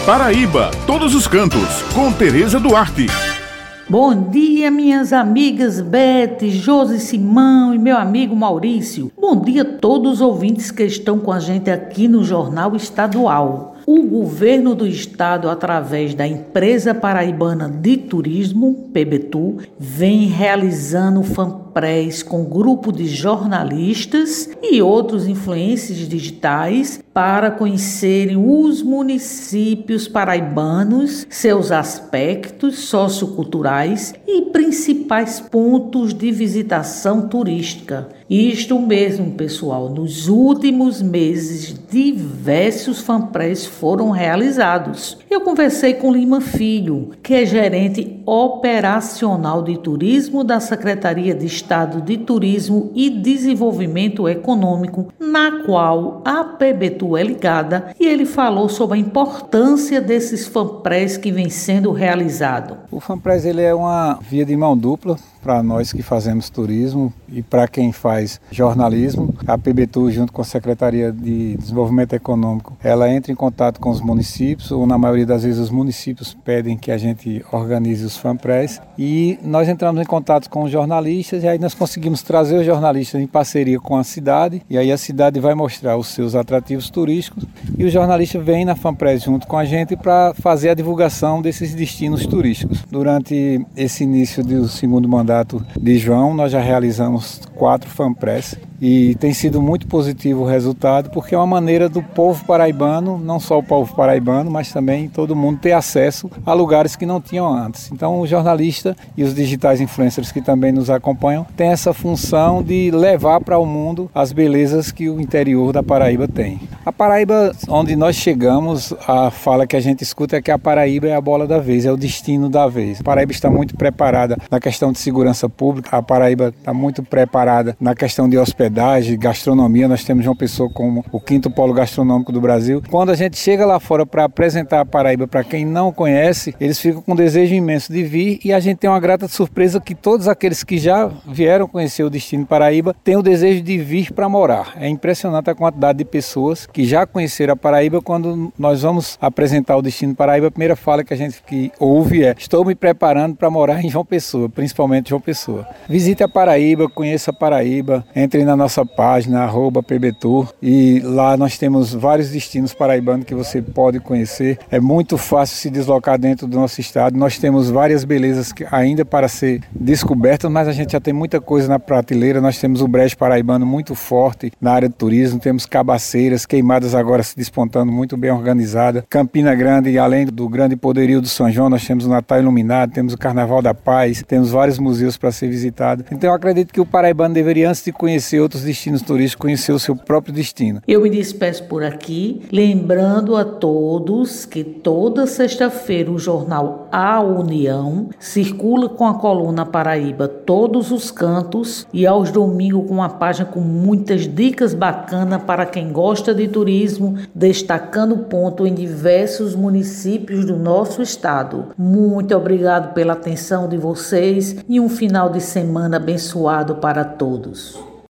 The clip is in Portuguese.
Paraíba, todos os cantos, com Tereza Duarte. Bom dia, minhas amigas Beth, Josi, Simão e meu amigo Maurício. Bom dia a todos os ouvintes que estão com a gente aqui no Jornal Estadual. O governo do estado, através da Empresa Paraibana de Turismo, PBTU, vem realizando fanpress com grupo de jornalistas e outros influencers digitais para conhecerem os municípios paraibanos, seus aspectos socioculturais e principais pontos de visitação turística. Isto mesmo, pessoal, nos últimos meses diversos fanpress foram realizados. Eu conversei com Lima Filho, que é gerente operacional de turismo da Secretaria de Estado de Turismo e Desenvolvimento Econômico, na qual a PBTU é ligada, e ele falou sobre a importância desses fanpress que vem sendo realizado. O fanpress ele é uma via de mão dupla para nós que fazemos turismo e para quem faz jornalismo. A PBTU, junto com a Secretaria de Desenvolvimento Econômico, ela entra em contato com os municípios, ou na maioria das vezes os municípios pedem que a gente organize os fanpress, e nós entramos em contato com os jornalistas, e aí nós conseguimos trazer os jornalistas em parceria com a cidade, e aí a cidade vai mostrar os seus atrativos turísticos, e o jornalista vem na fanpress junto com a gente para fazer a divulgação desses destinos turísticos. Durante esse início do segundo mandato de João, nós já realizamos 4 fanpress e tem sido muito positivo o resultado, porque é uma maneira do povo paraibano, não só o povo paraibano, mas também todo mundo ter acesso a lugares que não tinham antes. Então o jornalista e os digitais influencers que também nos acompanham têm essa função de levar para o mundo as belezas que o interior da Paraíba tem. A Paraíba, onde nós chegamos, a fala que a gente escuta é que a Paraíba é a bola da vez, é o destino da vez. A Paraíba está muito preparada na questão de segurança pública, a Paraíba está muito preparada na questão de hospedagem, gastronomia. Nós temos João Pessoa como o 5º polo gastronômico do Brasil. Quando a gente chega lá fora para apresentar a Paraíba para quem não conhece, eles ficam com um desejo imenso de vir, e a gente tem uma grata surpresa que todos aqueles que já vieram conhecer o destino Paraíba têm o desejo de vir para morar. É impressionante a quantidade de pessoas que já conheceram a Paraíba. Quando nós vamos apresentar o destino Paraíba, a primeira fala que a gente ouve é: estou me preparando para morar em João Pessoa, principalmente João Pessoa. Visite a Paraíba, conheça a Paraíba, entre na nossa página @PBTU, e lá nós temos vários destinos paraibanos que você pode conhecer. É muito fácil se deslocar dentro do nosso estado. Nós temos várias belezas ainda para ser descobertas, mas a gente já tem muita coisa na prateleira. Nós temos o Brejo Paraibano muito forte na área de turismo, temos Cabaceiras, Queimadas agora se despontando, muito bem organizada, Campina Grande, e além do grande poderio do São João, nós temos o Natal Iluminado, temos o Carnaval da Paz, temos vários museus para ser visitados. Então eu acredito que o paraibano deveria, antes de conhecer outros destinos turísticos, conhecer o seu próprio destino. Eu me despeço por aqui, lembrando a todos que toda sexta-feira o jornal A União circula com a coluna Paraíba Todos os Cantos, e aos domingos com uma página com muitas dicas bacanas para quem gosta de turismo, destacando ponto em diversos municípios do nosso estado. Muito obrigado pela atenção de vocês e um final de semana abençoado para todos.